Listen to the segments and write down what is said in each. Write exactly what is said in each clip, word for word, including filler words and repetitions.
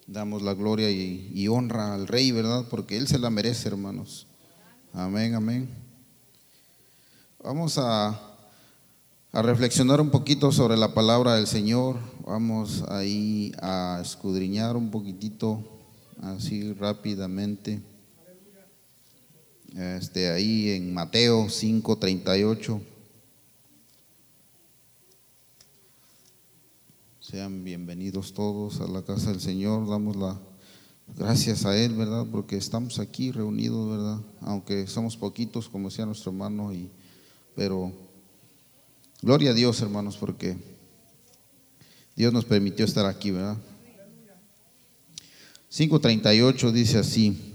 Damos la gloria y, y honra al Rey, ¿verdad? Porque Él se la merece, hermanos. Amén, amén. Vamos a, a reflexionar un poquito sobre la palabra del Señor. Vamos ahí a escudriñar un poquitito, así rápidamente. Este, ahí en Mateo cinco treinta y ocho. Sean bienvenidos todos a la casa del Señor. Damos las gracias a Él, ¿verdad? Porque estamos aquí reunidos, ¿verdad? Aunque somos poquitos, como decía nuestro hermano, y, pero gloria a Dios, hermanos, porque Dios nos permitió estar aquí, ¿verdad? cinco treinta y ocho dice así.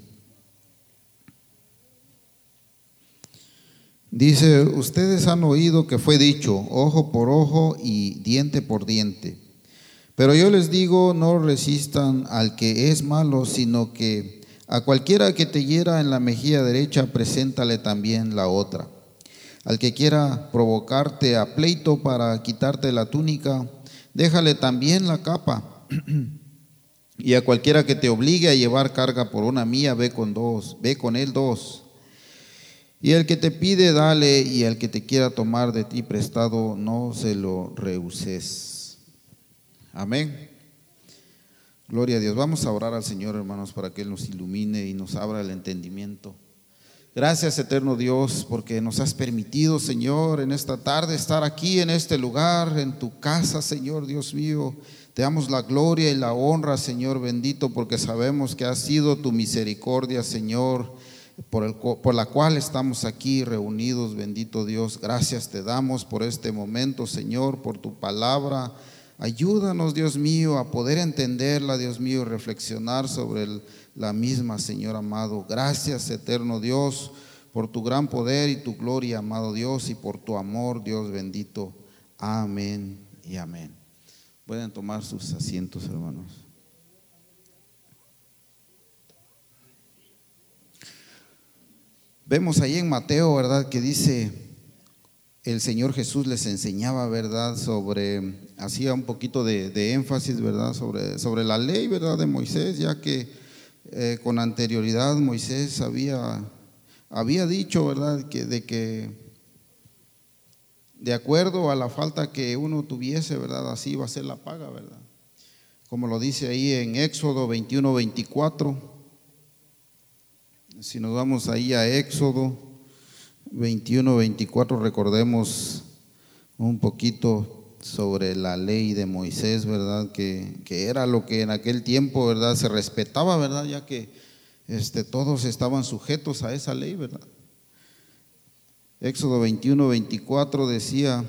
Dice, ustedes han oído que fue dicho, ojo por ojo y diente por diente. Pero yo les digo, no resistan al que es malo, sino que a cualquiera que te hiera en la mejilla derecha, preséntale también la otra. Al que quiera provocarte a pleito para quitarte la túnica, déjale también la capa. Y a cualquiera que te obligue a llevar carga por una mía, ve con dos, ve con él dos. Y el que te pide, dale, y el que te quiera tomar de ti prestado, no se lo rehuses. Amén. Gloria a Dios. Vamos a orar al Señor, hermanos, para que Él nos ilumine y nos abra el entendimiento. Gracias, eterno Dios, porque nos has permitido, Señor, en esta tarde estar aquí en este lugar, en tu casa, Señor Dios mío. Te damos la gloria y la honra, Señor bendito, porque sabemos que ha sido tu misericordia, Señor, Por, el, por la cual estamos aquí reunidos, bendito Dios. Gracias te damos por este momento, Señor, por tu palabra. Ayúdanos, Dios mío, a poder entenderla, Dios mío, reflexionar sobre el, la misma, Señor amado. Gracias, eterno Dios, por tu gran poder y tu gloria, amado Dios, y por tu amor, Dios bendito. Amén y amén. Pueden tomar sus asientos, hermanos. Vemos ahí en Mateo, ¿verdad? Que dice, el Señor Jesús les enseñaba, ¿verdad? Sobre, hacía un poquito de, de énfasis, ¿verdad? Sobre, sobre la ley, ¿verdad? De Moisés, ya que eh, con anterioridad Moisés había, había dicho, ¿verdad? Que de que de acuerdo a la falta que uno tuviese, ¿verdad? Así iba a ser la paga, ¿verdad? Como lo dice ahí en Éxodo veintiuno veinticuatro. Si nos vamos ahí a Éxodo veintiuno veinticuatro, recordemos un poquito sobre la ley de Moisés, ¿verdad? Que, que era lo que en aquel tiempo, ¿verdad? Se respetaba, ¿verdad? Ya que este, todos estaban sujetos a esa ley, ¿verdad? Éxodo veintiuno veinticuatro decía,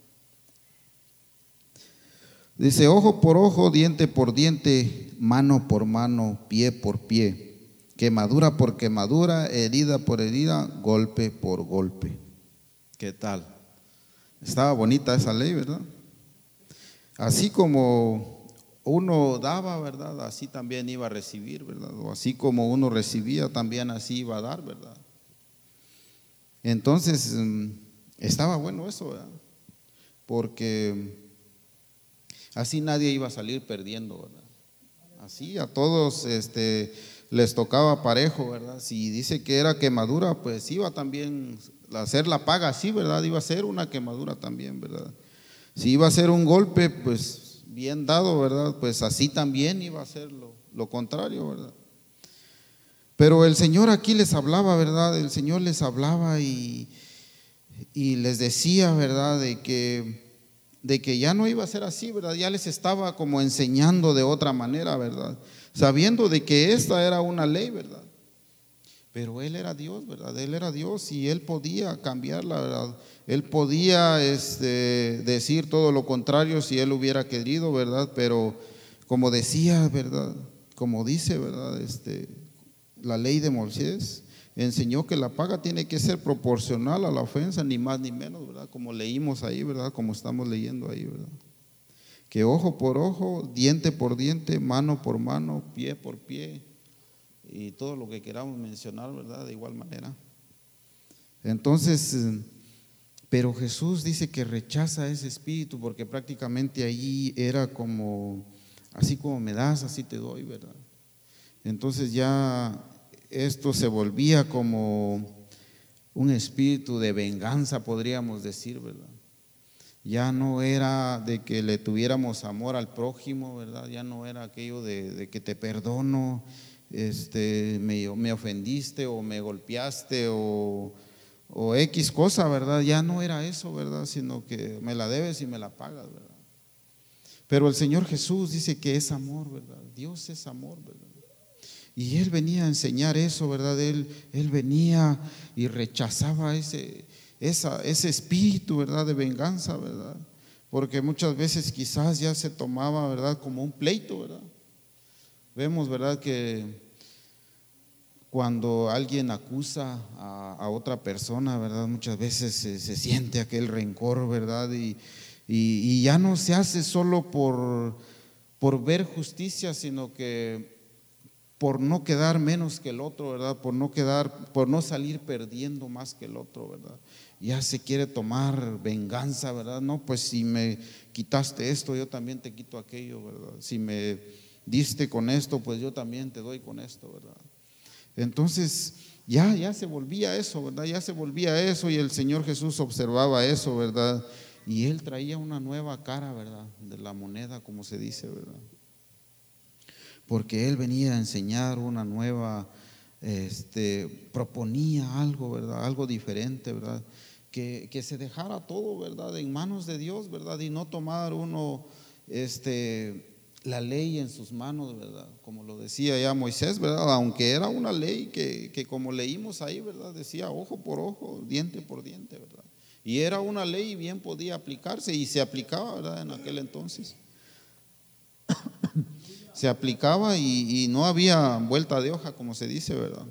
dice, ojo por ojo, diente por diente, mano por mano, pie por pie. Quemadura por quemadura, herida por herida, golpe por golpe. ¿Qué tal? Estaba bonita esa ley, ¿verdad? Así como uno daba, ¿verdad? Así también iba a recibir, ¿verdad? O así como uno recibía, también así iba a dar, ¿verdad? Entonces, estaba bueno eso, ¿verdad? Porque así nadie iba a salir perdiendo, ¿verdad? Así a todos, este... les tocaba parejo, ¿verdad? Si dice que era quemadura, pues iba también a hacer la paga así, ¿verdad? Iba a ser una quemadura también, ¿verdad? Si iba a ser un golpe, pues bien dado, ¿verdad? Pues así también iba a ser lo, lo contrario, ¿verdad? Pero el Señor aquí les hablaba, ¿verdad? El Señor les hablaba y, y les decía, ¿verdad? De que, de que ya no iba a ser así, ¿verdad? Ya les estaba como enseñando de otra manera, ¿verdad? Sabiendo de que esta era una ley, ¿verdad? Pero Él era Dios, ¿verdad? Él era Dios y Él podía cambiarla, ¿verdad? Él podía este, decir todo lo contrario si Él hubiera querido, ¿verdad? Pero como decía, ¿verdad? Como dice, ¿verdad? Este, la ley de Moisés enseñó que la paga tiene que ser proporcional a la ofensa, ni más ni menos, ¿verdad? Como leímos ahí, ¿verdad? Como estamos leyendo ahí, ¿verdad? Que ojo por ojo, diente por diente, mano por mano, pie por pie y todo lo que queramos mencionar, ¿verdad? De igual manera. Entonces, pero Jesús dice que rechaza ese espíritu porque prácticamente allí era como así como me das, así te doy, ¿verdad? Entonces ya esto se volvía como un espíritu de venganza, podríamos decir, ¿verdad? Ya no era de que le tuviéramos amor al prójimo, ¿verdad? Ya no era aquello de, de que te perdono, este, me, me ofendiste o me golpeaste o, o X cosa, ¿verdad? Ya no era eso, ¿verdad? Sino que me la debes y me la pagas, ¿verdad? Pero el Señor Jesús dice que es amor, ¿verdad? Dios es amor, ¿verdad? Y Él venía a enseñar eso, ¿verdad? Él, él venía y rechazaba ese, esa, ese espíritu, ¿verdad? De venganza, ¿verdad? Porque muchas veces quizás ya se tomaba, ¿verdad? Como un pleito, ¿verdad? Vemos, ¿verdad? Que cuando alguien acusa a, a otra persona, ¿verdad? Muchas veces se, se siente aquel rencor, ¿verdad? Y, y, y ya no se hace solo por, por ver justicia, sino que por no quedar menos que el otro, ¿verdad? Por no quedar, por no salir perdiendo más que el otro, ¿verdad? Ya se quiere tomar venganza, ¿verdad? No, pues si me quitaste esto, yo también te quito aquello, ¿verdad? Si me diste con esto, pues yo también te doy con esto, ¿verdad? Entonces ya, ya se volvía eso, ¿verdad? Ya se volvía eso y el Señor Jesús observaba eso, ¿verdad? Y Él traía una nueva cara, ¿verdad? De la moneda, como se dice, ¿verdad? Porque Él venía a enseñar una nueva, este, proponía algo, ¿verdad? Algo diferente, ¿verdad? Que, que se dejara todo, ¿verdad? En manos de Dios, ¿verdad? Y no tomar uno, este, la ley en sus manos, ¿verdad? Como lo decía ya Moisés, ¿verdad? Aunque era una ley que, que como leímos ahí, ¿verdad? Decía ojo por ojo, diente por diente, ¿verdad? Y era una ley y bien podía aplicarse y se aplicaba, ¿verdad? En aquel entonces. Se aplicaba y, y no había vuelta de hoja, como se dice, ¿verdad?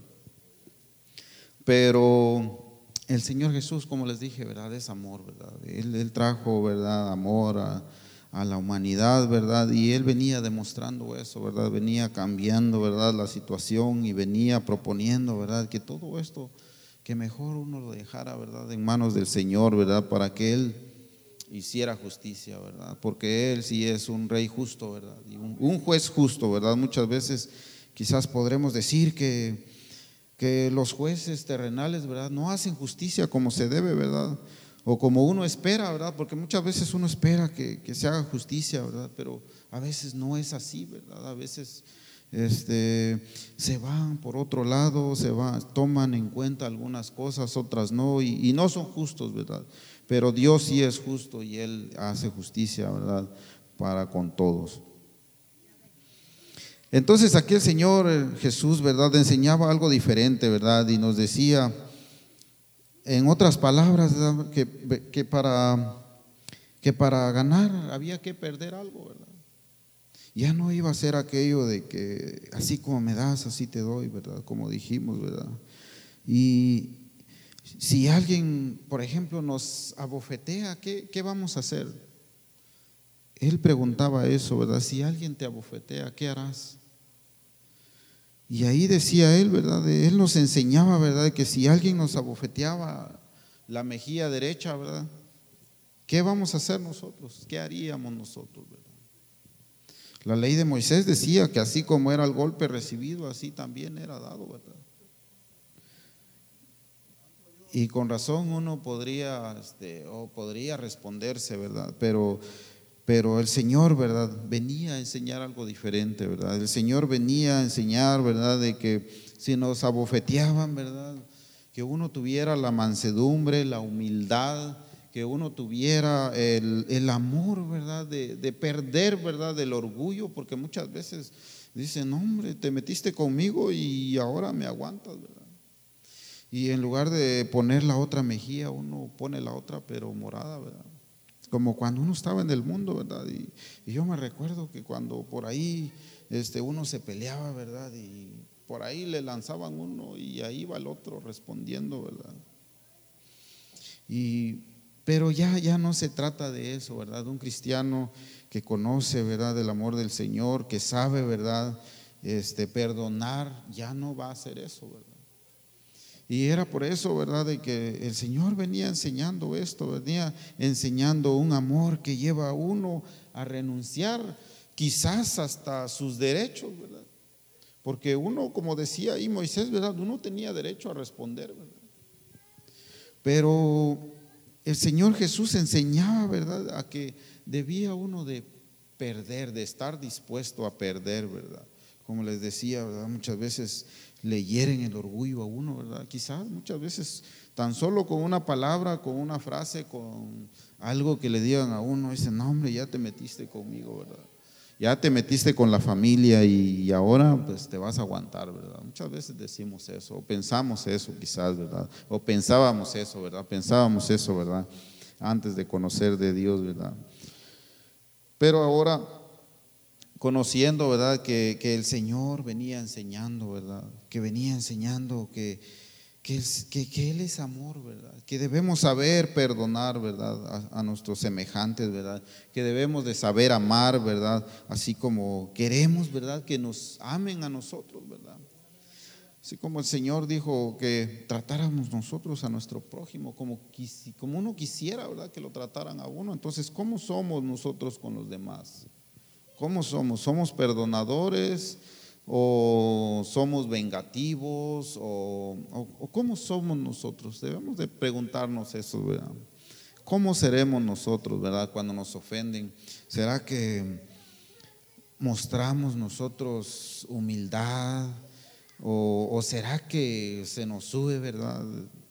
Pero el Señor Jesús, como les dije, ¿verdad? Es amor, ¿verdad? Él, él trajo, ¿verdad? Amor a, a la humanidad, ¿verdad? Y Él venía demostrando eso, ¿verdad? Venía cambiando, ¿verdad? La situación y venía proponiendo, ¿verdad? Que todo esto, que mejor uno lo dejara, ¿verdad? En manos del Señor, ¿verdad? Para que Él hiciera justicia, ¿verdad? Porque Él sí es un rey justo, ¿verdad? Y un, un juez justo, ¿verdad? Muchas veces quizás podremos decir que, que los jueces terrenales, ¿verdad? No hacen justicia como se debe, ¿verdad? O como uno espera, ¿verdad? Porque muchas veces uno espera que, que se haga justicia, ¿verdad? Pero a veces no es así, ¿verdad? A veces este, se van por otro lado, se van, toman en cuenta algunas cosas, otras no, y, y no son justos, ¿verdad? Pero Dios sí es justo y Él hace justicia, ¿verdad? Para con todos. Entonces aquí el Señor Jesús, ¿verdad? Enseñaba algo diferente, ¿verdad? Y nos decía, en otras palabras, que, que, para, que para ganar había que perder algo, ¿verdad? Ya no iba a ser aquello de que así como me das, así te doy, ¿verdad? Como dijimos, ¿verdad? Y si alguien, por ejemplo, nos abofetea, ¿qué, qué vamos a hacer? Él preguntaba eso, ¿verdad? Si alguien te abofetea, ¿qué harás? Y ahí decía él, ¿verdad? Él nos enseñaba, ¿verdad? Que si alguien nos abofeteaba la mejilla derecha, ¿verdad? ¿Qué vamos a hacer nosotros? ¿Qué haríamos nosotros, verdad? La ley de Moisés decía que así como era el golpe recibido, así también era dado, ¿verdad? Y con razón uno podría, este, o podría responderse, ¿verdad? Pero, pero el Señor, ¿verdad? Venía a enseñar algo diferente, ¿verdad? El Señor venía a enseñar, ¿verdad? De que si nos abofeteaban, ¿verdad? Que uno tuviera la mansedumbre, la humildad, que uno tuviera el, el amor, ¿verdad? De, de perder, ¿verdad? Del orgullo, porque muchas veces dicen, hombre, te metiste conmigo y ahora me aguantas, ¿verdad? Y en lugar de poner la otra mejilla, uno pone la otra, pero morada, ¿verdad? Como cuando uno estaba en el mundo, ¿verdad? Y, y yo me recuerdo que cuando por ahí este, uno se peleaba, ¿verdad? Y por ahí le lanzaban uno y ahí va el otro respondiendo, ¿verdad? Y, pero ya, ya no se trata de eso, ¿verdad? Un cristiano que conoce, ¿verdad? Del amor del Señor, que sabe, ¿verdad? Este, perdonar, ya no va a hacer eso, ¿verdad? Y era por eso, ¿verdad? De que el Señor venía enseñando esto, venía enseñando un amor que lleva a uno a renunciar quizás hasta sus derechos, ¿verdad? Porque uno, como decía ahí Moisés, ¿verdad? Uno tenía derecho a responder, ¿verdad? Pero el Señor Jesús enseñaba, ¿verdad?, a que debía uno de perder, de estar dispuesto a perder, ¿verdad? Como les decía, ¿verdad? Muchas veces le hieren el orgullo a uno, ¿verdad? Quizás muchas veces tan solo con una palabra, con una frase, con algo que le digan a uno, dicen, no hombre, ya te metiste conmigo, ¿verdad? Ya te metiste con la familia y ahora pues te vas a aguantar, ¿verdad? Muchas veces decimos eso, o pensamos eso quizás, ¿verdad? O pensábamos eso, ¿verdad? Pensábamos eso, ¿verdad? Antes de conocer de Dios, ¿verdad? Pero ahora, conociendo, ¿verdad?, que, que el Señor venía enseñando, ¿verdad?, que venía enseñando que, que, que, que Él es amor, ¿verdad?, que debemos saber perdonar, ¿verdad?, a, a nuestros semejantes, ¿verdad?, que debemos de saber amar, ¿verdad?, así como queremos, ¿verdad?, que nos amen a nosotros, ¿verdad? Así como el Señor dijo que tratáramos nosotros a nuestro prójimo como, como uno quisiera, ¿verdad?, que lo trataran a uno. Entonces, ¿cómo somos nosotros con los demás? ¿Cómo somos? ¿Somos perdonadores o somos vengativos o, o, o cómo somos nosotros? Debemos de preguntarnos eso, ¿verdad? ¿Cómo seremos nosotros, verdad, cuando nos ofenden? ¿Será que mostramos nosotros humildad? ¿O, o será que se nos sube, verdad,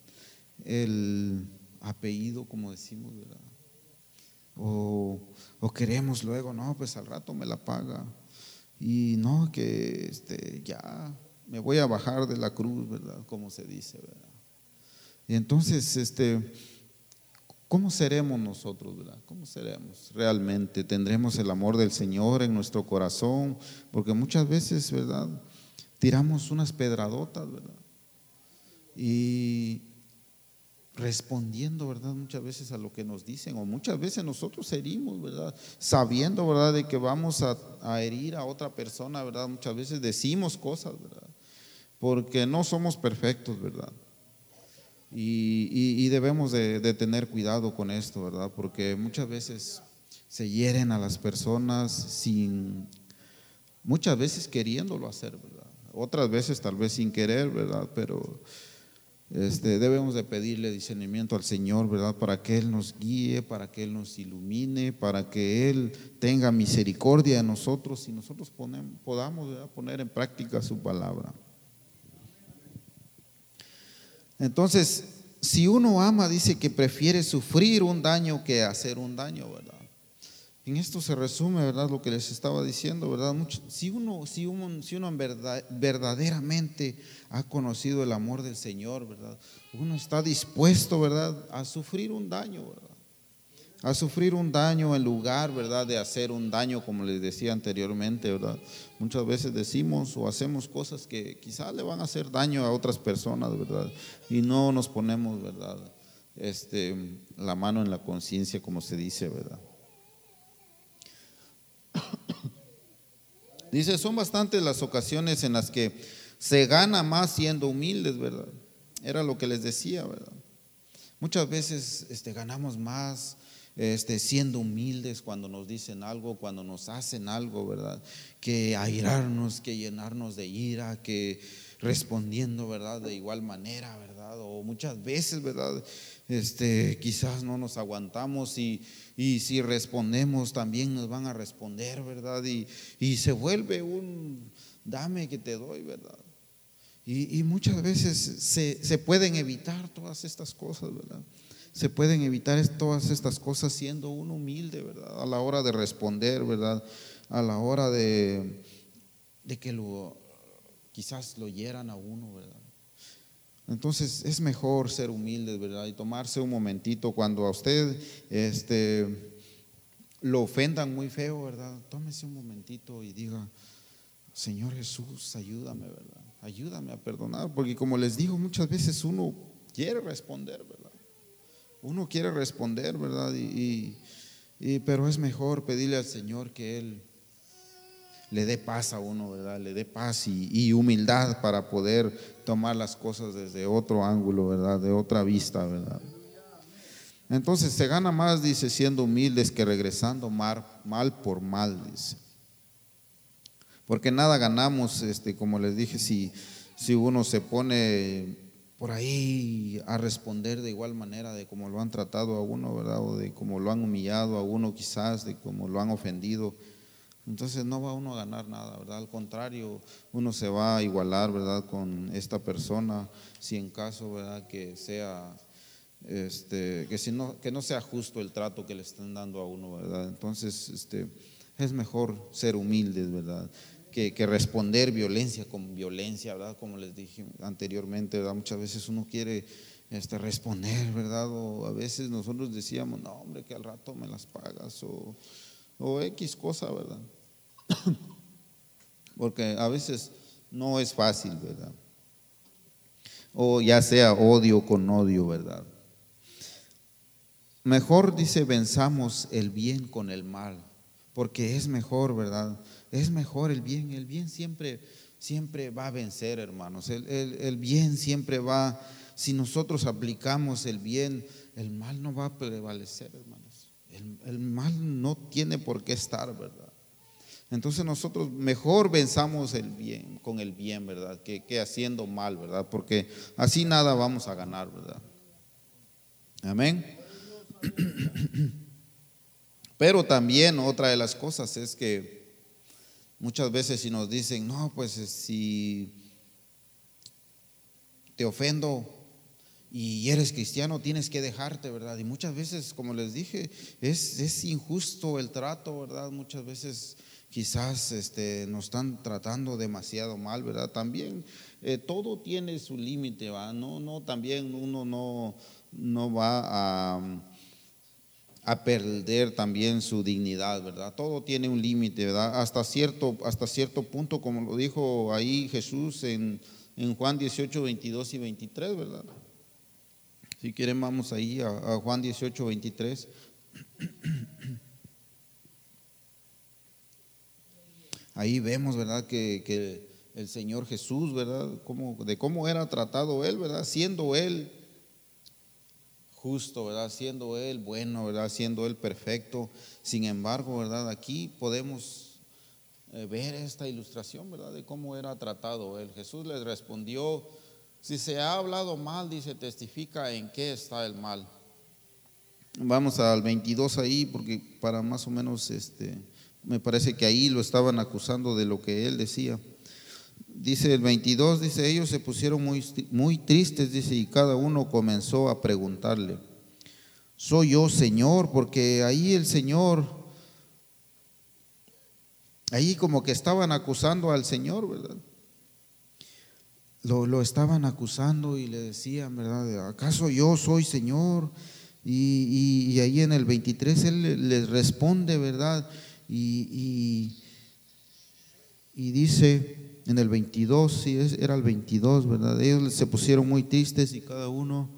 el apellido, como decimos, verdad? O, o queremos luego, no, pues al rato me la paga. Y no, que este, ya me voy a bajar de la cruz, ¿verdad? Como se dice, ¿verdad? Y entonces, este, ¿cómo seremos nosotros, verdad? ¿Cómo seremos realmente? ¿Tendremos el amor del Señor en nuestro corazón? Porque muchas veces, ¿verdad?, tiramos unas pedradotas, ¿verdad? Y respondiendo, ¿verdad?, muchas veces a lo que nos dicen, o muchas veces nosotros herimos, ¿verdad?, sabiendo, ¿verdad?, de que vamos a, a herir a otra persona, ¿verdad? Muchas veces decimos cosas, ¿verdad?, porque no somos perfectos, ¿verdad? Y, y, y debemos de, de tener cuidado con esto, ¿verdad? Porque muchas veces se hieren a las personas sin, muchas veces queriéndolo hacer, ¿verdad? Otras veces tal vez sin querer, ¿verdad? Pero este, debemos de pedirle discernimiento al Señor, ¿verdad?, para que Él nos guíe, para que Él nos ilumine, para que Él tenga misericordia de nosotros y nosotros ponemos, podamos, ¿verdad?, poner en práctica su palabra. Entonces, si uno ama, dice que prefiere sufrir un daño que hacer un daño, ¿verdad? En esto se resume, ¿verdad?, lo que les estaba diciendo, ¿verdad? Mucho, si uno, si uno, si uno en verdad, verdaderamente ha conocido el amor del Señor, ¿verdad?, uno está dispuesto, ¿verdad?, a sufrir un daño, ¿verdad?, a sufrir un daño en lugar, ¿verdad?, de hacer un daño, como les decía anteriormente, ¿verdad? Muchas veces decimos o hacemos cosas que quizás le van a hacer daño a otras personas, ¿verdad? Y no nos ponemos, ¿verdad?, este, la mano en la conciencia, como se dice, ¿verdad? Dice, son bastantes las ocasiones en las que se gana más siendo humildes, ¿verdad? Era lo que les decía, ¿verdad? Muchas veces este, ganamos más este, siendo humildes cuando nos dicen algo, cuando nos hacen algo, ¿verdad? Que airarnos, que llenarnos de ira, que respondiendo, ¿verdad?, de igual manera, ¿verdad? O muchas veces, ¿verdad?, este, quizás no nos aguantamos y, y si respondemos también nos van a responder, ¿verdad? Y, y se vuelve un dame que te doy, ¿verdad? Y, y muchas veces se, se pueden evitar todas estas cosas, ¿verdad? Se pueden evitar todas estas cosas siendo uno humilde, ¿verdad? A la hora de responder, ¿verdad? A la hora de, de que lo, quizás lo hieran a uno, ¿verdad? Entonces es mejor ser humilde, ¿verdad? Y tomarse un momentito cuando a usted este, lo ofendan muy feo, ¿verdad? Tómese un momentito y diga, Señor Jesús, ayúdame, ¿verdad? Ayúdame a perdonar, porque como les digo, muchas veces uno quiere responder, ¿verdad? Uno quiere responder, ¿verdad? Y, y, y, pero es mejor pedirle al Señor que Él le dé paz a uno, ¿verdad? Le dé paz y, y humildad para poder tomar las cosas desde otro ángulo, ¿verdad? De otra vista, ¿verdad? Entonces se gana más, dice, siendo humildes que regresando mal, mal por mal, dice. porque nada ganamos, este, como les dije, si, si uno se pone por ahí a responder de igual manera de cómo lo han tratado a uno, ¿verdad? O de cómo lo han humillado a uno quizás, de cómo lo han ofendido. Entonces no va uno a ganar nada, ¿verdad? Al contrario, uno se va a igualar, ¿verdad? Con esta persona, si en caso, ¿verdad? Que sea, este, que si no, que no sea justo el trato que le están dando a uno, ¿verdad? Entonces, este, es mejor ser humildes, ¿verdad? Que, que responder violencia con violencia, ¿verdad? Como les dije anteriormente, ¿verdad? Muchas veces uno quiere este, responder, ¿verdad? O a veces nosotros decíamos, no, hombre, que al rato me las pagas, o, o X cosa, ¿verdad? Porque a veces no es fácil, ¿verdad? O ya sea odio con odio, ¿verdad? Mejor, dice, venzamos el bien con el mal, porque es mejor, ¿verdad? Es mejor el bien, el bien siempre, siempre va a vencer, hermanos. El, el, el bien siempre va, si nosotros aplicamos el bien, el mal no va a prevalecer, hermanos. El, el mal no tiene por qué estar, ¿verdad? Entonces nosotros mejor venzamos el bien con el bien, ¿verdad? Que, que haciendo mal, ¿verdad? Porque así nada vamos a ganar, ¿verdad? Amén. Pero también otra de las cosas es que muchas veces si nos dicen, no, pues si te ofendo y eres cristiano tienes que dejarte, ¿verdad? Y muchas veces, como les dije, es, es injusto el trato, ¿verdad? Muchas veces quizás este, nos están tratando demasiado mal, ¿verdad? También eh, todo tiene su límite, ¿va? No, no, también uno no, no va a, a perder también su dignidad, ¿verdad? Todo tiene un límite, ¿verdad? Hasta cierto, hasta cierto punto, como lo dijo ahí Jesús en, en Juan dieciocho, veintidós y veintitrés, ¿verdad? Si quieren vamos ahí a, a Juan dieciocho, veintitrés. Ahí vemos, ¿verdad? Que, que el Señor Jesús, ¿verdad? Cómo, de cómo era tratado Él, ¿verdad? Siendo Él justo, ¿verdad? Siendo Él bueno, ¿verdad? Siendo Él perfecto. Sin embargo, ¿verdad? Aquí podemos eh, ver esta ilustración, ¿verdad? De cómo era tratado Él. Jesús les respondió, si se ha hablado mal, dice, testifica en qué está el mal. Vamos al veintidós ahí, porque para más o menos, este, me parece que ahí lo estaban acusando de lo que Él decía. Dice el veintidós, dice, ellos se pusieron muy, muy tristes, dice, y cada uno comenzó a preguntarle, ¿soy yo, Señor? Porque ahí el Señor, ahí como que estaban acusando al Señor, ¿verdad? Lo, lo estaban acusando y le decían, ¿verdad? ¿Acaso yo soy Señor? Y, y, y ahí en el veintitrés Él les responde, ¿verdad? Y, y, y dice en el veintidós, sí, era el veintidós, ¿verdad? Ellos se pusieron muy tristes y cada uno,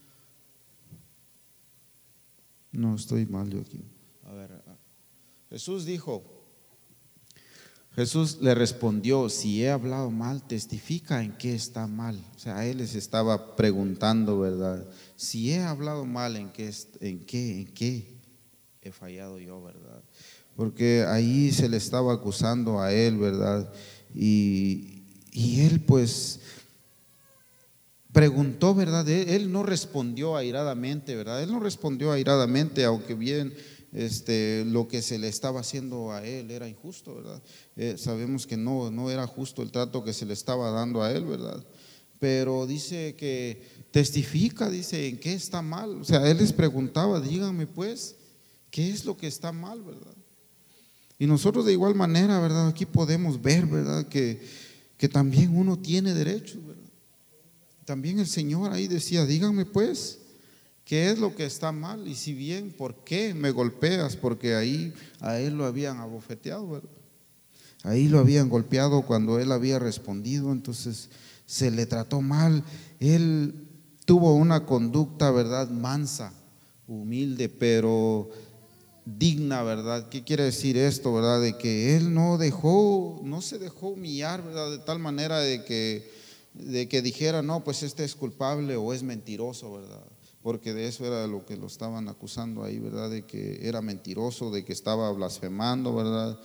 no estoy mal yo aquí. A ver, Jesús dijo, Jesús le respondió, si he hablado mal, testifica en qué está mal. O sea, a él les estaba preguntando, ¿verdad? Si he hablado mal, ¿en qué, en qué, en qué he fallado yo, ¿verdad? Porque ahí se le estaba acusando a él, ¿verdad? Y, y él pues preguntó, ¿verdad? Él, él no respondió airadamente, ¿verdad? Él no respondió airadamente, aunque bien este, lo que se le estaba haciendo a él era injusto, ¿verdad? Eh, sabemos que no, no era justo el trato que se le estaba dando a él, ¿verdad? Pero dice que testifica, dice, ¿en qué está mal? O sea, él les preguntaba, díganme pues, ¿qué es lo que está mal, verdad? Y nosotros de igual manera, ¿verdad? Aquí podemos ver, ¿verdad? Que, que también uno tiene derechos, ¿verdad? También el Señor ahí decía, díganme pues, ¿qué es lo que está mal? Y si bien, ¿por qué me golpeas? Porque ahí a él lo habían abofeteado, ¿verdad? Ahí lo habían golpeado cuando él había respondido, entonces se le trató mal. Él tuvo una conducta, ¿verdad? Mansa, humilde, pero digna, ¿verdad? ¿Qué quiere decir esto, verdad? De que él no dejó, no se dejó humillar, ¿verdad? De tal manera de que, de que dijera, no, pues este es culpable o es mentiroso, ¿verdad? Porque de eso era lo que lo estaban acusando ahí, ¿verdad? De que era mentiroso, de que estaba blasfemando, ¿verdad?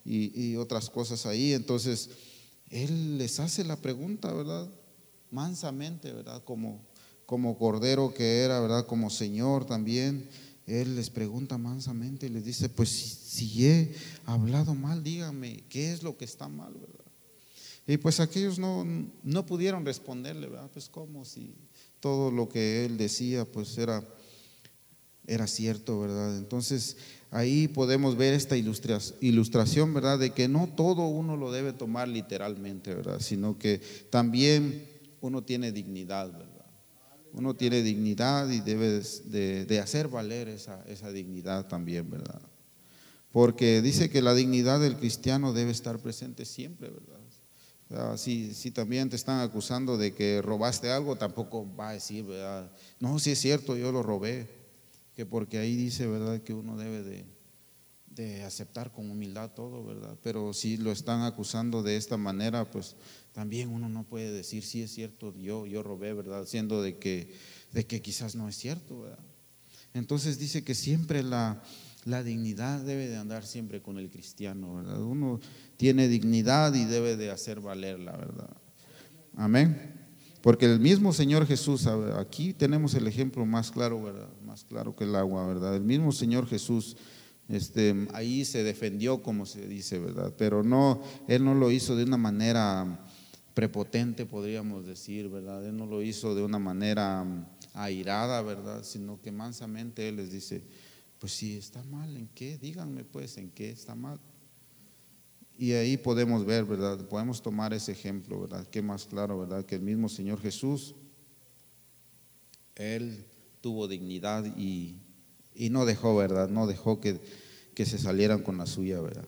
y, y otras cosas ahí. Entonces, él les hace la pregunta, ¿verdad? Mansamente, ¿verdad? Como, como cordero que era, ¿verdad? Como Señor también. Él les pregunta mansamente y les dice, pues si, si he hablado mal, díganme, ¿qué es lo que está mal, verdad? Y pues aquellos no, no pudieron responderle, ¿verdad? Pues como si todo lo que él decía pues era, era cierto, ¿verdad? Entonces ahí podemos ver esta ilustración, ¿verdad? De que no todo uno lo debe tomar literalmente, ¿verdad? Sino que también uno tiene dignidad, ¿verdad? Uno tiene dignidad y debe de, de hacer valer esa, esa dignidad también, ¿verdad? Porque dice que la dignidad del cristiano debe estar presente siempre, ¿verdad? O sea, si, si también te están acusando de que robaste algo, tampoco va a decir, ¿verdad? No, si es cierto, yo lo robé. Que porque ahí dice, ¿verdad?, que uno debe de, de aceptar con humildad todo, ¿verdad? Pero si lo están acusando de esta manera, pues también uno no puede decir, sí es cierto, yo, yo robé, ¿verdad? Siendo de que, de que quizás no es cierto, ¿verdad? Entonces dice que siempre la, la dignidad debe de andar siempre con el cristiano, ¿verdad? Uno tiene dignidad y debe de hacer valerla, ¿verdad? Amén. Porque el mismo Señor Jesús, aquí tenemos el ejemplo más claro, ¿verdad? Más claro que el agua, ¿verdad? El mismo Señor Jesús, este, ahí se defendió, como se dice, ¿verdad? Pero no, Él no lo hizo de una manera prepotente, podríamos decir, ¿verdad? Él no lo hizo de una manera airada, ¿verdad? Sino que mansamente Él les dice, pues si está mal, ¿en qué? Díganme pues, ¿en qué está mal? Y ahí podemos ver, ¿verdad? Podemos tomar ese ejemplo, ¿verdad? Qué más claro, ¿verdad? Que el mismo Señor Jesús, Él tuvo dignidad y, y no dejó, ¿verdad? No dejó que, que se salieran con la suya, ¿verdad?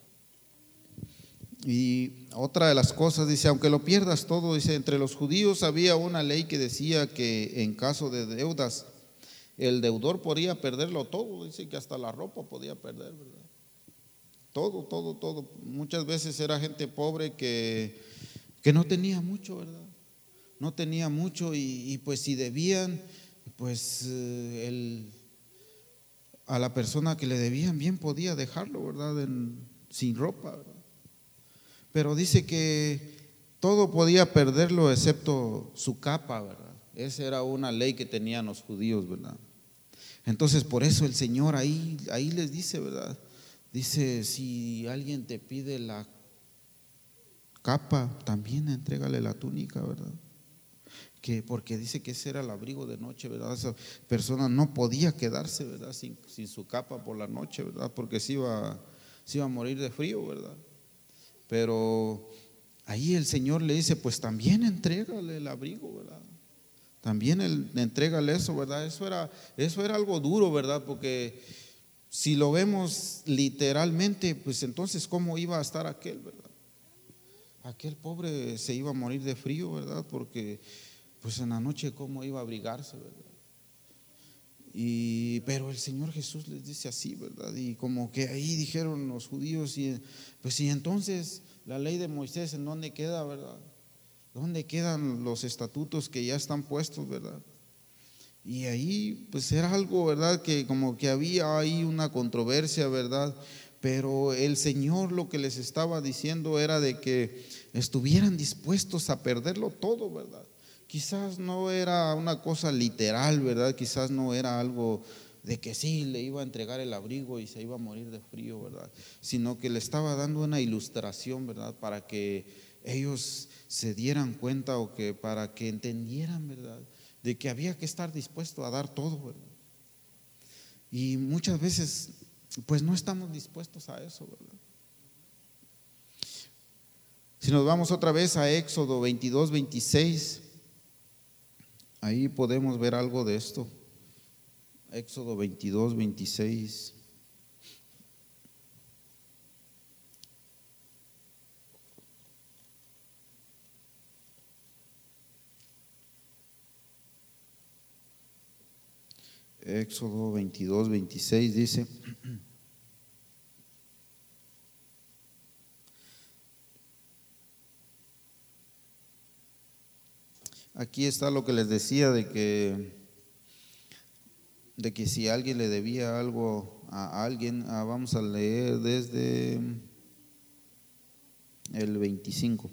Y otra de las cosas, dice, aunque lo pierdas todo, dice, entre los judíos había una ley que decía que en caso de deudas, el deudor podía perderlo todo, dice que hasta la ropa podía perder, ¿verdad? Todo, todo, todo. Muchas veces era gente pobre que, que no tenía mucho, ¿verdad? No tenía mucho y, y pues si debían, pues eh, el, a la persona que le debían bien podía dejarlo, ¿verdad? En, sin ropa, ¿verdad? Pero dice que todo podía perderlo excepto su capa, ¿verdad? Esa era una ley que tenían los judíos, ¿verdad? Entonces por eso el Señor ahí, ahí les dice, ¿verdad? Dice, si alguien te pide la capa, también entrégale la túnica, ¿verdad? Que porque dice que ese era el abrigo de noche, ¿verdad? Esa persona no podía quedarse, ¿verdad? Sin, sin su capa por la noche, ¿verdad? Porque se iba, se iba a morir de frío, ¿verdad? Pero ahí el Señor le dice, pues también entrégale el abrigo, ¿verdad? También el, entrégale eso, ¿verdad? Eso era, eso era algo duro, ¿verdad? Porque si lo vemos literalmente, pues entonces ¿cómo iba a estar aquel, verdad? Aquel pobre se iba a morir de frío, ¿verdad? Porque pues en la noche ¿cómo iba a abrigarse, verdad? Y, pero el Señor Jesús les dice así, ¿verdad? Y como que ahí dijeron los judíos, y pues y entonces la ley de Moisés, ¿en dónde queda, verdad? ¿Dónde quedan los estatutos que ya están puestos, verdad? Y ahí pues era algo, ¿verdad? Que como que había ahí una controversia, ¿verdad? Pero el Señor lo que les estaba diciendo era de que estuvieran dispuestos a perderlo todo, ¿verdad? Quizás no era una cosa literal, ¿verdad? Quizás no era algo de que sí, le iba a entregar el abrigo y se iba a morir de frío, ¿verdad? Sino que le estaba dando una ilustración, ¿verdad? Para que ellos se dieran cuenta o que para que entendieran, ¿verdad? De que había que estar dispuesto a dar todo, ¿verdad? Y muchas veces pues no estamos dispuestos a eso, ¿verdad? Si nos vamos otra vez a Éxodo veintidós, veintiséis, ahí podemos ver algo de esto. Éxodo veintidós, veintiséis. Éxodo veintidós, veintiséis dice: aquí está lo que les decía de que de que si alguien le debía algo a alguien, ah, vamos a leer desde el veinticinco.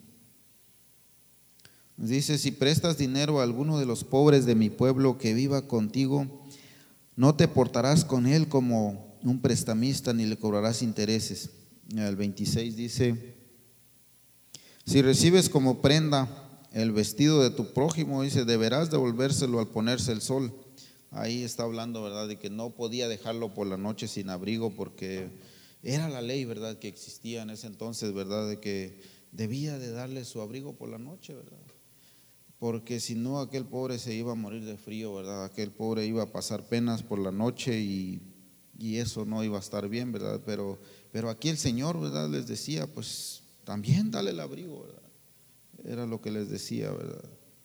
Dice: si prestas dinero a alguno de los pobres de mi pueblo que viva contigo, no te portarás con él como un prestamista ni le cobrarás intereses. El veintiséis dice: si recibes como prenda el vestido de tu prójimo, dice, deberás devolvérselo al ponerse el sol. Ahí está hablando, ¿verdad?, de que no podía dejarlo por la noche sin abrigo, porque era la ley, ¿verdad?, que existía en ese entonces, ¿verdad?, de que debía de darle su abrigo por la noche, ¿verdad?, porque si no aquel pobre se iba a morir de frío, ¿verdad?, aquel pobre iba a pasar penas por la noche y, y eso no iba a estar bien, ¿verdad?, pero, pero aquí el Señor, ¿verdad?, les decía, pues también dale el abrigo, ¿verdad?, era lo que les decía, ¿verdad?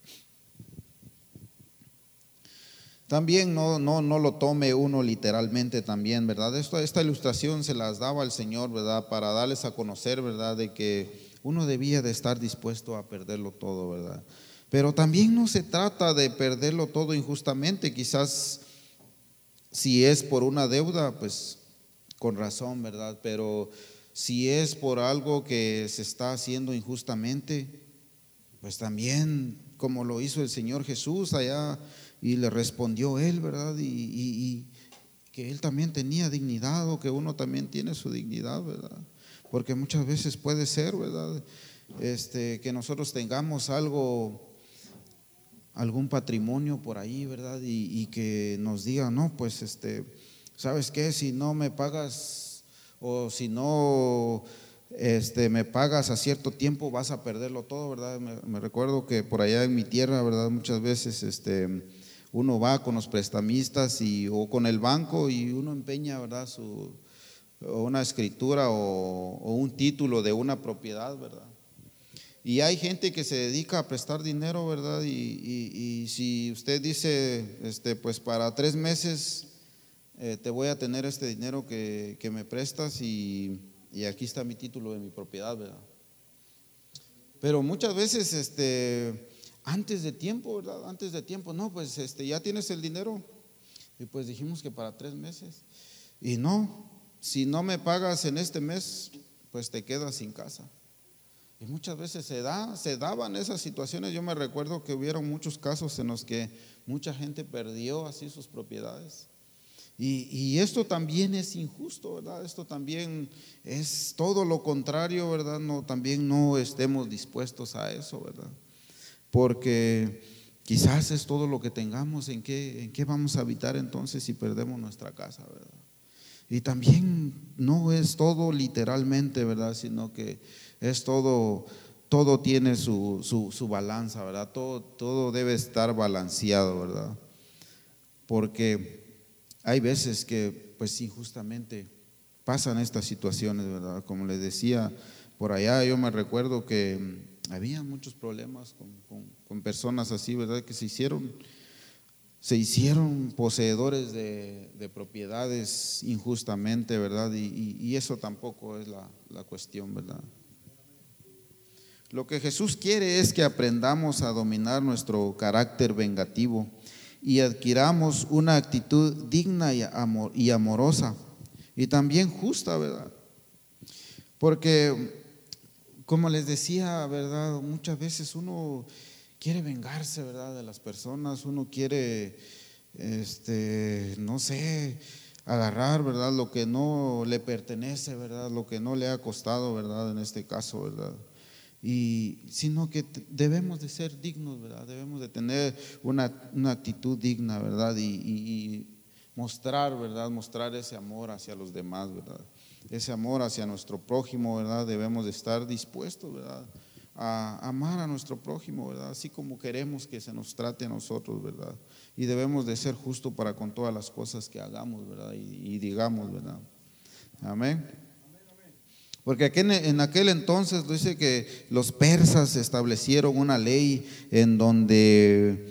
También no, no, no lo tome uno literalmente también, ¿verdad? Esto, esta ilustración se las daba el Señor, ¿verdad?, para darles a conocer, ¿verdad?, de que uno debía de estar dispuesto a perderlo todo, ¿verdad? Pero también no se trata de perderlo todo injustamente. Quizás si es por una deuda, pues con razón, ¿verdad? Pero si es por algo que se está haciendo injustamente, pues también como lo hizo el Señor Jesús allá, y le respondió él, ¿verdad? Y, y, y que él también tenía dignidad, o que uno también tiene su dignidad, ¿verdad? Porque muchas veces puede ser, ¿verdad?, este, que nosotros tengamos algo, algún patrimonio por ahí, ¿verdad? Y, y que nos digan, no, pues este, ¿sabes qué? Si no me pagas, o si no este, me pagas a cierto tiempo, vas a perderlo todo, ¿verdad? Me, me recuerdo que por allá en mi tierra, ¿verdad?, muchas veces este, uno va con los prestamistas y, o con el banco, y uno empeña, ¿verdad?, su, una escritura o, o un título de una propiedad, ¿verdad? Y hay gente que se dedica a prestar dinero, ¿verdad? Y, y, y si usted dice, este, pues para tres meses eh, te voy a tener este dinero que, que me prestas, y, y aquí está mi título de mi propiedad, ¿verdad? Pero muchas veces, este, antes de tiempo, ¿verdad? Antes de tiempo, no, pues este, ya tienes el dinero, y pues dijimos que para tres meses, y no, si no me pagas en este mes, pues te quedas sin casa. Y muchas veces se da, se daban esas situaciones. Yo me recuerdo que hubieron muchos casos en los que mucha gente perdió así sus propiedades. Y, y esto también es injusto, ¿verdad? Esto también es todo lo contrario, ¿verdad? No, también no estemos dispuestos a eso, ¿verdad? Porque quizás es todo lo que tengamos. ¿En qué, en qué vamos a habitar entonces si perdemos nuestra casa, ¿verdad? Y también no es todo literalmente, ¿verdad?, sino que es todo, todo tiene su, su, su balanza, ¿verdad? Todo, todo debe estar balanceado, ¿verdad? Porque hay veces que pues injustamente pasan estas situaciones, ¿verdad? Como les decía, por allá yo me recuerdo que había muchos problemas con, con, con personas así, ¿verdad?, que se hicieron se hicieron poseedores de, de propiedades injustamente, ¿verdad? Y, y, y eso tampoco es la, la cuestión, ¿verdad? Lo que Jesús quiere es que aprendamos a dominar nuestro carácter vengativo y adquiramos una actitud digna y, amor, y amorosa, y también justa, ¿verdad? Porque, como les decía, ¿verdad?, muchas veces uno quiere vengarse, ¿verdad?, de las personas. Uno quiere, este, no sé, agarrar, ¿verdad?, lo que no le pertenece, ¿verdad?, lo que no le ha costado, ¿verdad?, en este caso, ¿verdad? Y sino que debemos de ser dignos, ¿verdad? Debemos de tener una, una actitud digna, ¿verdad? Y, y, y mostrar, ¿verdad? Mostrar ese amor hacia los demás, ¿verdad? Ese amor hacia nuestro prójimo, ¿verdad? Debemos de estar dispuestos, ¿verdad?, a amar a nuestro prójimo, ¿verdad?, así como queremos que se nos trate a nosotros, ¿verdad? Y debemos de ser justos para con todas las cosas que hagamos, ¿verdad?, y, y digamos, ¿verdad? Amén. Porque aquí en, en aquel entonces dice que los persas establecieron una ley en donde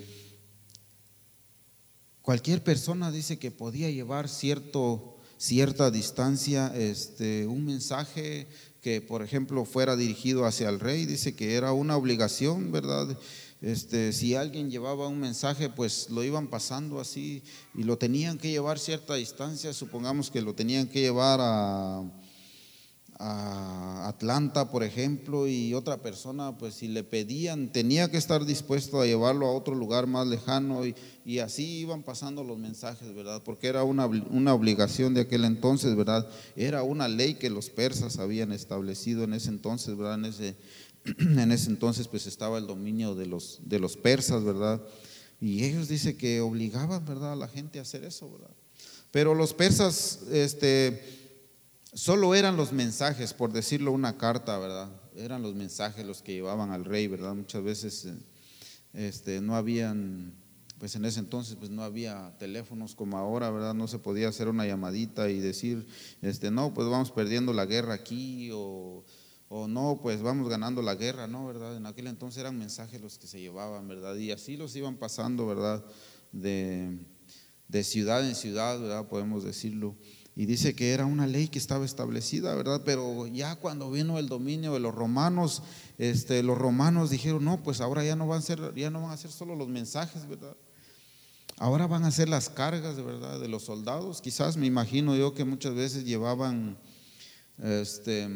cualquier persona, dice, que podía llevar cierto, cierta distancia este, un mensaje que, por ejemplo, fuera dirigido hacia el rey. Dice que era una obligación, ¿verdad? Este, si alguien llevaba un mensaje, pues lo iban pasando así y lo tenían que llevar cierta distancia. Supongamos que lo tenían que llevar a, a Atlanta, por ejemplo, y otra persona, pues si le pedían, tenía que estar dispuesto a llevarlo a otro lugar más lejano, y, y así iban pasando los mensajes, ¿verdad? Porque era una, una obligación de aquel entonces, ¿verdad? Era una ley que los persas habían establecido en ese entonces, ¿verdad? En ese, en ese entonces pues estaba el dominio de los, de los persas, ¿verdad? Y ellos dice que obligaban, ¿verdad?, a la gente a hacer eso, ¿verdad? Pero los persas, este... solo eran los mensajes, por decirlo una carta, ¿verdad? Eran los mensajes los que llevaban al rey, ¿verdad? Muchas veces este, no habían, pues en ese entonces pues no había teléfonos como ahora, ¿verdad? No se podía hacer una llamadita y decir, este, no, pues vamos perdiendo la guerra aquí, o, o no, pues vamos ganando la guerra, ¿no? ¿Verdad? En aquel entonces eran mensajes los que se llevaban, ¿verdad? Y así los iban pasando, ¿verdad? De, de ciudad en ciudad, ¿verdad? Podemos decirlo. Y dice que era una ley que estaba establecida, ¿verdad? Pero ya cuando vino el dominio de los romanos, este, los romanos dijeron, no, pues ahora ya no van a ser, ya no van a ser solo los mensajes, ¿verdad? Ahora van a ser las cargas, de verdad, de los soldados. Quizás me imagino yo que muchas veces llevaban este,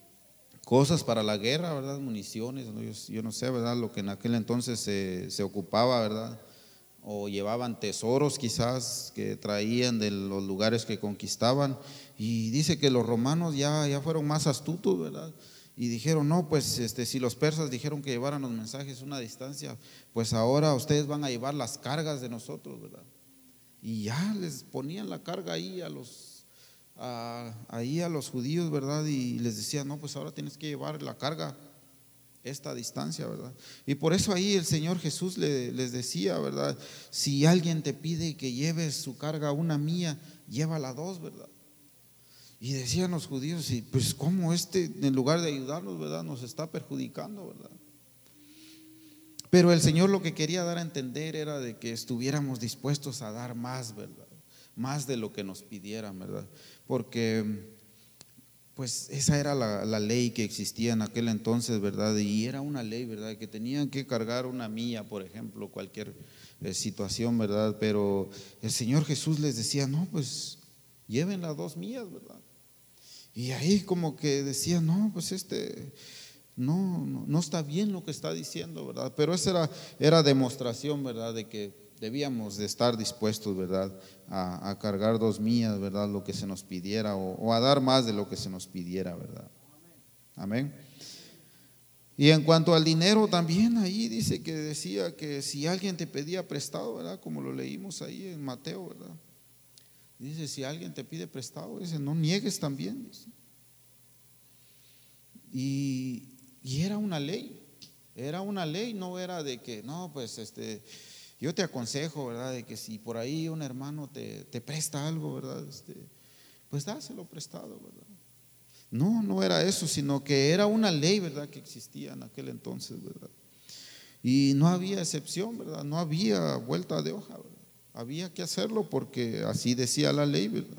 cosas para la guerra, ¿verdad? Municiones, ¿no? Yo, yo no sé, ¿verdad? Lo que en aquel entonces se, se ocupaba, ¿verdad? O llevaban tesoros quizás que traían de los lugares que conquistaban. Y dice que los romanos ya, ya fueron más astutos, ¿verdad? Y dijeron, no, pues este, si los persas dijeron que llevaran los mensajes a una distancia, pues ahora ustedes van a llevar las cargas de nosotros, ¿verdad? Y ya les ponían la carga ahí a los, a, ahí a los judíos, ¿verdad? Y les decían, no, pues ahora tienes que llevar la carga esta distancia, ¿verdad? Y por eso ahí el Señor Jesús le, les decía, ¿verdad? Si alguien te pide que lleves su carga una mía, llévala dos, ¿verdad? Y decían los judíos, y pues cómo este, en lugar de ayudarnos, ¿verdad?, nos está perjudicando, ¿verdad? Pero el Señor lo que quería dar a entender era de que estuviéramos dispuestos a dar más, ¿verdad? Más de lo que nos pidieran, ¿verdad? Porque pues esa era la, la ley que existía en aquel entonces, ¿verdad? Y era una ley, ¿verdad?, que tenían que cargar una milla, por ejemplo, cualquier eh, situación, ¿verdad? Pero el Señor Jesús les decía, no, pues lleven las dos millas, ¿verdad? Y ahí como que decían, no, pues este, no, no, no está bien lo que está diciendo, ¿verdad? Pero esa era, era demostración, ¿verdad?, de que debíamos de estar dispuestos, ¿verdad?, a, a cargar dos millas, ¿verdad?, lo que se nos pidiera, o, o a dar más de lo que se nos pidiera, ¿verdad? Amén. Y en cuanto al dinero también, ahí dice que decía que si alguien te pedía prestado, ¿verdad?, como lo leímos ahí en Mateo, ¿verdad? Dice, si alguien te pide prestado, dice, no niegues también, dice. Y, y era una ley, era una ley, no era de que, no, pues este... Yo te aconsejo, ¿verdad?, de que si por ahí un hermano te, te presta algo, ¿verdad?, este, pues dáselo prestado, ¿verdad? No, no era eso, sino que era una ley, ¿verdad?, que existía en aquel entonces, ¿verdad? Y no había excepción, ¿verdad? No había vuelta de hoja, ¿verdad? Había que hacerlo porque así decía la ley, ¿verdad?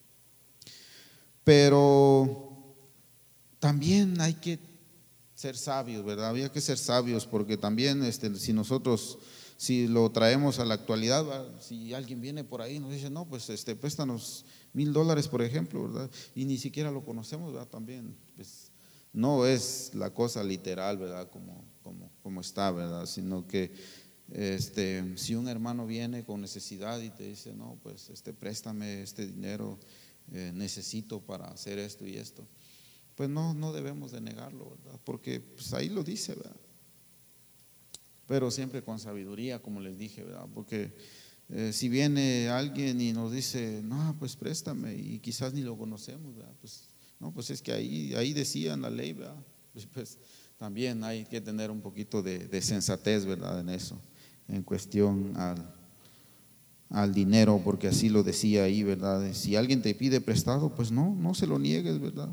Pero también hay que ser sabios, ¿verdad? Había que ser sabios porque también este, si nosotros... Si lo traemos a la actualidad, ¿verdad?, si alguien viene por ahí y nos dice, no, pues este, préstanos mil dólares, por ejemplo, ¿verdad?, y ni siquiera lo conocemos, ¿verdad?, también, pues no es la cosa literal, ¿verdad?, como, como, como está, ¿verdad?, sino que este, si un hermano viene con necesidad y te dice, no, pues este, préstame este dinero, eh, necesito para hacer esto y esto, pues no, no debemos de negarlo, ¿verdad?, porque pues ahí lo dice, ¿verdad? Pero siempre con sabiduría, como les dije, ¿verdad? Porque eh, si viene alguien y nos dice, no, pues préstame, y quizás ni lo conocemos, ¿verdad? Pues no, pues es que ahí, ahí decía en la ley, ¿verdad? Pues, pues también hay que tener un poquito de, de sensatez, ¿verdad?, en eso, en cuestión al, al dinero, porque así lo decía ahí, ¿verdad? Si alguien te pide prestado, pues no, no se lo niegues, ¿verdad?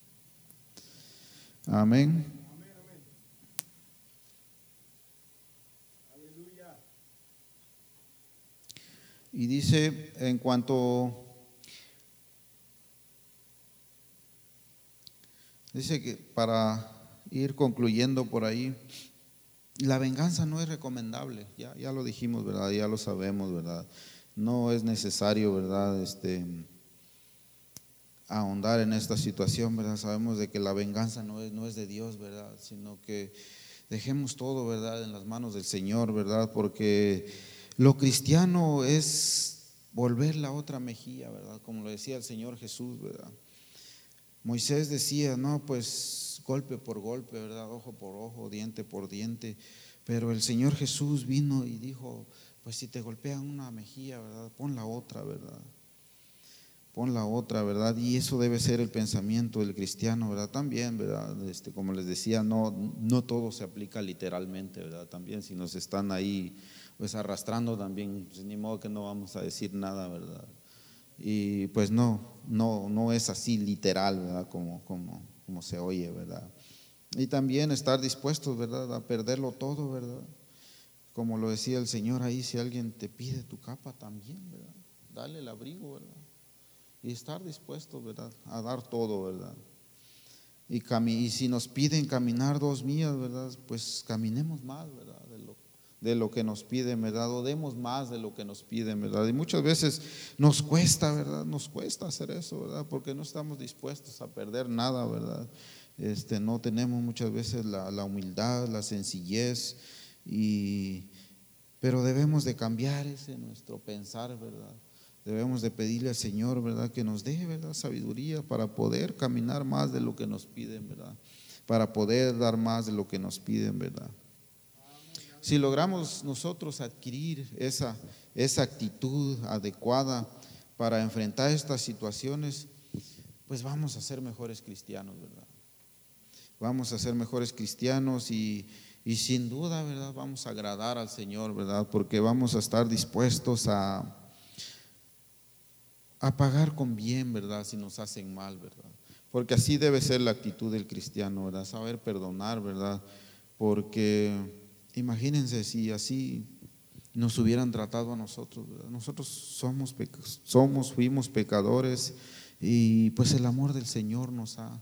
Amén. Y dice, en cuanto, dice que para ir concluyendo por ahí, la venganza no es recomendable, ya, ya lo dijimos, ¿verdad? Ya lo sabemos, ¿verdad? No es necesario, ¿verdad?, este, ahondar en esta situación, ¿verdad? Sabemos de que la venganza no es, no es de Dios, ¿verdad? Sino que dejemos todo, ¿verdad?, en las manos del Señor, ¿verdad? Porque lo cristiano es volver la otra mejilla, ¿verdad? Como lo decía el Señor Jesús, ¿verdad? Moisés decía, no, pues golpe por golpe, ¿verdad? Ojo por ojo, diente por diente. Pero el Señor Jesús vino y dijo, pues si te golpean una mejilla, ¿verdad?, pon la otra, ¿verdad? Pon la otra, ¿verdad? Y eso debe ser el pensamiento del cristiano, ¿verdad? También, ¿verdad? Este, como les decía, no, no todo se aplica literalmente, ¿verdad? También si nos están ahí pues arrastrando también, pues ni modo que no vamos a decir nada, ¿verdad? Y pues no, no, no es así literal, ¿verdad? Como, como, como se oye, ¿verdad? Y también estar dispuestos, ¿verdad?, a perderlo todo, ¿verdad? Como lo decía el Señor ahí, si alguien te pide tu capa también, ¿verdad?, dale el abrigo, ¿verdad? Y estar dispuestos, ¿verdad?, a dar todo, ¿verdad? Y, cami y si nos piden caminar dos millas, ¿verdad?, pues caminemos más, ¿verdad?, de lo, de lo que nos piden, ¿verdad? O demos más de lo que nos piden, ¿verdad? Y muchas veces nos cuesta, ¿verdad? Nos cuesta hacer eso, ¿verdad? Porque no estamos dispuestos a perder nada, ¿verdad? Este, no tenemos muchas veces la, la humildad, la sencillez, y, pero debemos de cambiar ese nuestro pensar, ¿verdad? Debemos de pedirle al Señor, ¿verdad?, que nos dé, ¿verdad?, sabiduría para poder caminar más de lo que nos piden, ¿verdad? Para poder dar más de lo que nos piden, ¿verdad? Si logramos nosotros adquirir esa, esa actitud adecuada para enfrentar estas situaciones, pues vamos a ser mejores cristianos, ¿verdad? Vamos a ser mejores cristianos y, y sin duda, ¿verdad?, vamos a agradar al Señor, ¿verdad? Porque vamos a estar dispuestos a a pagar con bien, ¿verdad?, si nos hacen mal, ¿verdad? Porque así debe ser la actitud del cristiano, ¿verdad? Saber perdonar, ¿verdad? Porque imagínense si así nos hubieran tratado a nosotros, ¿verdad? Nosotros somos, somos, fuimos pecadores y pues el amor del Señor nos ha,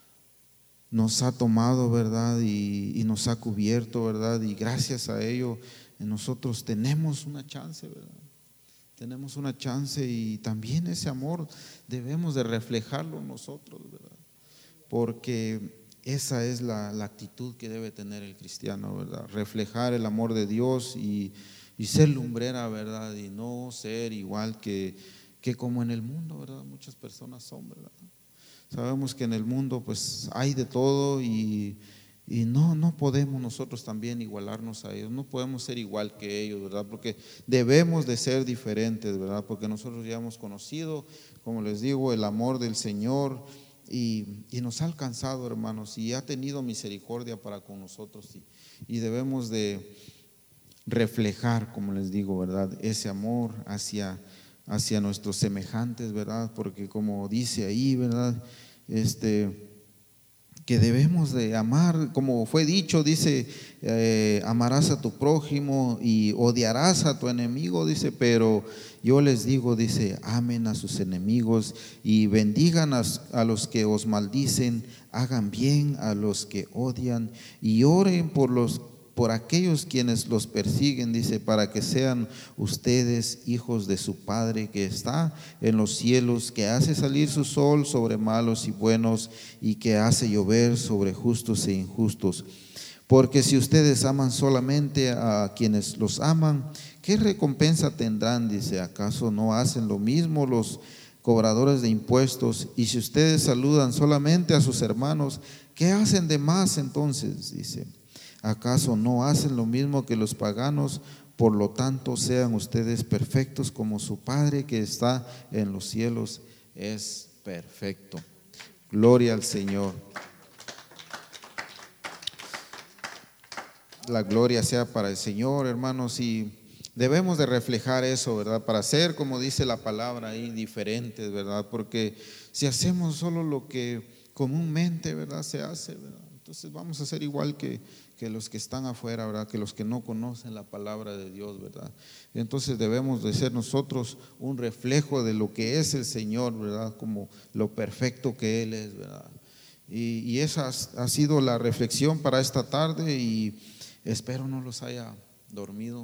nos ha tomado, ¿verdad? Y, y nos ha cubierto, ¿verdad? Y gracias a ello nosotros tenemos una chance, ¿verdad? Tenemos una chance y también ese amor debemos de reflejarlo nosotros, ¿verdad? Porque esa es la, la actitud que debe tener el cristiano, ¿verdad? Reflejar el amor de Dios y, y ser lumbrera, ¿verdad? Y no ser igual que, que como en el mundo, ¿verdad? Muchas personas son, ¿verdad? Sabemos que en el mundo pues hay de todo y Y no, no podemos nosotros también igualarnos a ellos, no podemos ser igual que ellos, ¿verdad? Porque debemos de ser diferentes, ¿verdad? Porque nosotros ya hemos conocido, como les digo, el amor del Señor y, y nos ha alcanzado, hermanos, y ha tenido misericordia para con nosotros y, y debemos de reflejar, como les digo, ¿verdad?, ese amor hacia, hacia nuestros semejantes, ¿verdad? Porque como dice ahí, ¿verdad?, este que debemos de amar, como fue dicho, dice, eh, amarás a tu prójimo y odiarás a tu enemigo, dice, pero yo les digo, dice, amen a sus enemigos y bendigan a, a los que os maldicen, hagan bien a los que odian y oren por los por aquellos quienes los persiguen, dice, para que sean ustedes hijos de su Padre que está en los cielos, que hace salir su sol sobre malos y buenos y que hace llover sobre justos e injustos. Porque si ustedes aman solamente a quienes los aman, ¿qué recompensa tendrán? Dice, ¿acaso no hacen lo mismo los cobradores de impuestos? Y si ustedes saludan solamente a sus hermanos, ¿qué hacen de más entonces? Dice, ¿acaso no hacen lo mismo que los paganos? Por lo tanto, sean ustedes perfectos como su Padre que está en los cielos es perfecto. Gloria al Señor. La gloria sea para el Señor, hermanos, y debemos de reflejar eso, ¿verdad? Para ser, como dice la palabra ahí, diferentes, ¿verdad? Porque si hacemos solo lo que comúnmente, ¿verdad?, se hace, ¿verdad?, entonces vamos a ser igual que, que los que están afuera, ¿verdad?, que los que no conocen la palabra de Dios, ¿verdad? Entonces debemos de ser nosotros un reflejo de lo que es el Señor, ¿verdad?, como lo perfecto que Él es, ¿verdad? Y, y esa ha sido la reflexión para esta tarde y espero no los haya dormido,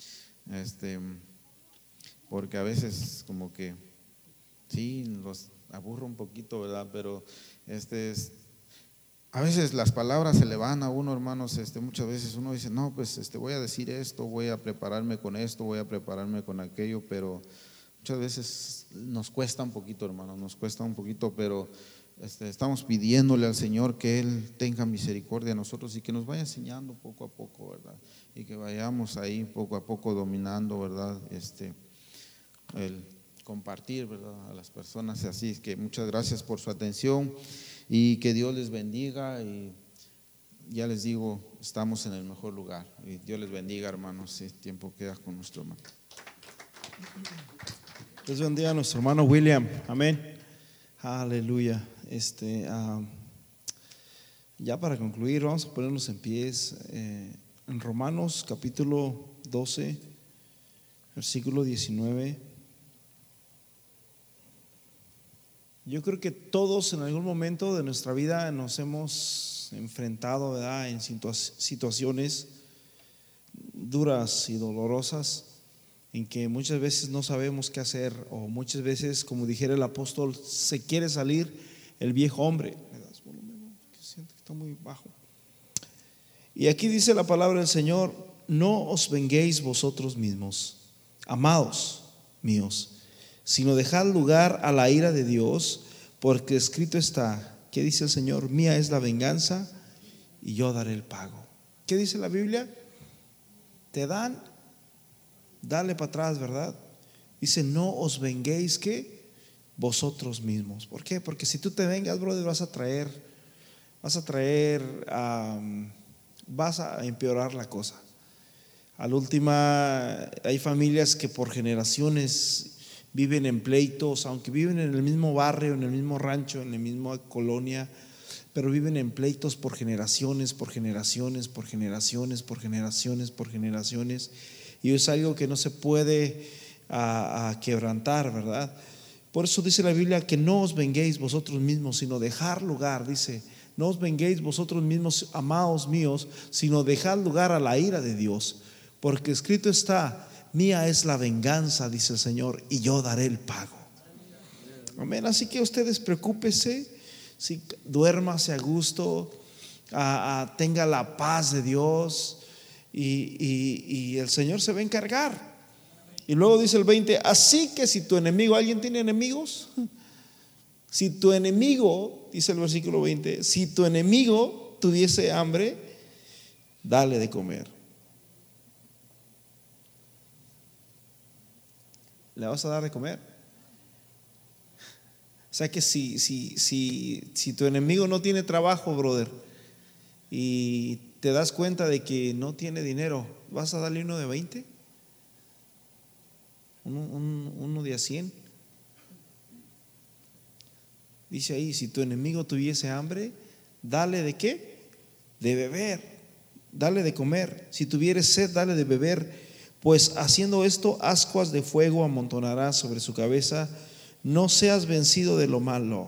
este, porque a veces como que sí, los aburro un poquito, ¿verdad? Pero este es, a veces las palabras se le van a uno, hermanos. Este, muchas veces uno dice, no, pues este, voy a decir esto, voy a prepararme con esto, voy a prepararme con aquello, pero muchas veces nos cuesta un poquito, hermanos, nos cuesta un poquito, pero este, estamos pidiéndole al Señor que Él tenga misericordia de nosotros y que nos vaya enseñando poco a poco, ¿verdad? Y que vayamos ahí poco a poco dominando, ¿verdad? Este, el compartir, ¿verdad?, a las personas. Así es que muchas gracias por su atención y que Dios les bendiga. Y ya les digo, estamos en el mejor lugar. Y Dios les bendiga, hermanos. El tiempo queda con nuestro hermano. Dios bendiga a nuestro hermano William. Amén. Aleluya. Este, uh, ya para concluir, vamos a ponernos en pies. Eh, en Romanos capítulo doce, versículo diecinueve. Yo creo que todos en algún momento de nuestra vida nos hemos enfrentado, ¿verdad?, en situaciones duras y dolorosas, en que muchas veces no sabemos qué hacer, o muchas veces, como dijera el apóstol, se quiere salir el viejo hombre. ¿Me das volumen? Que siento que está muy bajo. Y aquí dice la palabra del Señor: no os venguéis vosotros mismos, amados míos, sino dejad lugar a la ira de Dios, porque escrito está, ¿qué dice el Señor? Mía es la venganza y yo daré el pago. ¿Qué dice la Biblia? Te dan, dale para atrás, ¿verdad? Dice, no os venguéis, ¿qué? Vosotros mismos. ¿Por qué? Porque si tú te vengas, brother, vas a traer, vas a traer, um, vas a empeorar la cosa. A la última, hay familias que por generaciones viven en pleitos, aunque viven en el mismo barrio, en el mismo rancho, en la misma colonia, pero viven en pleitos por generaciones, por generaciones, por generaciones, por generaciones, por generaciones, y es algo que no se puede a, a quebrantar, ¿verdad? Por eso dice la Biblia que no os venguéis vosotros mismos, sino dejar lugar, dice, no os venguéis vosotros mismos, amados míos, sino dejad lugar a la ira de Dios, porque escrito está, mía es la venganza, dice el Señor, y yo daré el pago. Amén. Así que ustedes preocúpese, si duérmase a gusto, a, a, tenga la paz de Dios, y, y, y el Señor se va a encargar. Y luego dice el veinte, así que si tu enemigo, ¿alguien tiene enemigos? Si tu enemigo, dice el versículo veinte, si tu enemigo tuviese hambre, dale de comer. ¿Le vas a dar de comer? O sea que si, si, si, si tu enemigo no tiene trabajo, brother, y te das cuenta de que no tiene dinero, ¿vas a darle uno de veinte? ¿Uno, un, uno de a cien? Dice ahí, si tu enemigo tuviese hambre, dale de qué? De beber, dale de comer. Si tuvieres sed, dale de beber. Pues haciendo esto, ascuas de fuego amontonarás sobre su cabeza. No seas vencido de lo malo.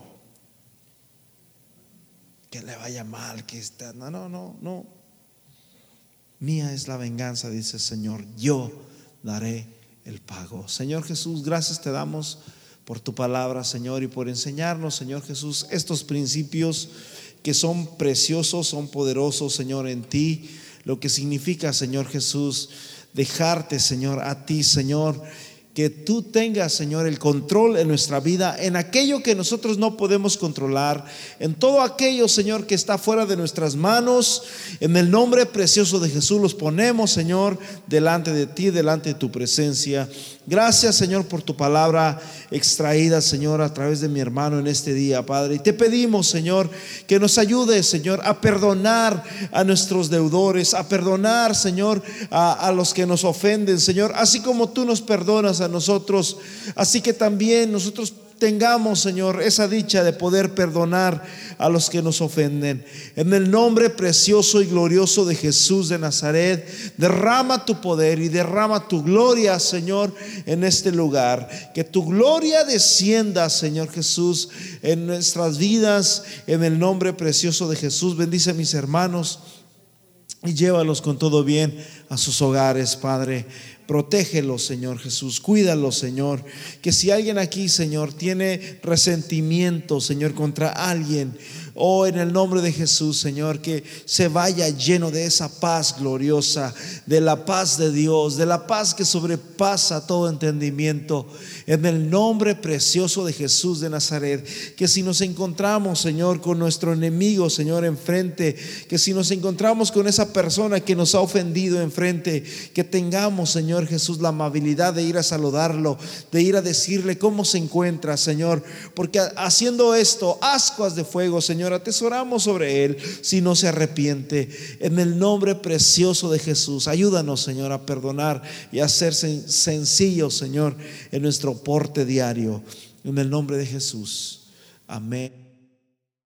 Que le vaya mal, que está. No, no, no, no. Mía es la venganza, dice el Señor. Yo daré el pago. Señor Jesús, gracias te damos por tu palabra, Señor, y por enseñarnos, Señor Jesús, estos principios que son preciosos, son poderosos, Señor, en ti. Lo que significa, Señor Jesús, dejarte, Señor, a ti, Señor, que tú tengas, Señor, el control en nuestra vida, en aquello que nosotros no podemos controlar, en todo aquello, Señor, que está fuera de nuestras manos. En el nombre precioso de Jesús los ponemos, Señor, delante de ti, delante de tu presencia. Gracias, Señor, por tu palabra extraída, Señor, a través de mi hermano en este día, Padre. Y te pedimos, Señor, que nos ayudes, Señor, a perdonar a nuestros deudores, a perdonar, Señor, a, a los que nos ofenden, Señor, así como tú nos perdonas a nosotros, así que también nosotros tengamos, Señor, esa dicha de poder perdonar a los que nos ofenden. En el nombre precioso y glorioso de Jesús de Nazaret, derrama tu poder y derrama tu gloria, Señor, en este lugar. Que tu gloria descienda, Señor Jesús, en nuestras vidas. En el nombre precioso de Jesús, bendice a mis hermanos y llévalos con todo bien a sus hogares, Padre. Protégelos, Señor Jesús, cuídalos, Señor. Que si alguien aquí, Señor, tiene resentimiento, Señor, contra alguien, oh, en el nombre de Jesús, Señor, que se vaya lleno de esa paz gloriosa, de la paz de Dios, de la paz que sobrepasa todo entendimiento, en el nombre precioso de Jesús de Nazaret. Que si nos encontramos, Señor, con nuestro enemigo, Señor, enfrente, que si nos encontramos con esa persona que nos ha ofendido enfrente, que tengamos, Señor Jesús, la amabilidad de ir a saludarlo, de ir a decirle cómo se encuentra, Señor, porque haciendo esto, ascuas de fuego, Señor, atesoramos sobre él si no se arrepiente. En el nombre precioso de Jesús, ayúdanos, Señor, a perdonar y a ser sen- sencillos, Señor, en nuestro porte diario. En el nombre de Jesús, amén.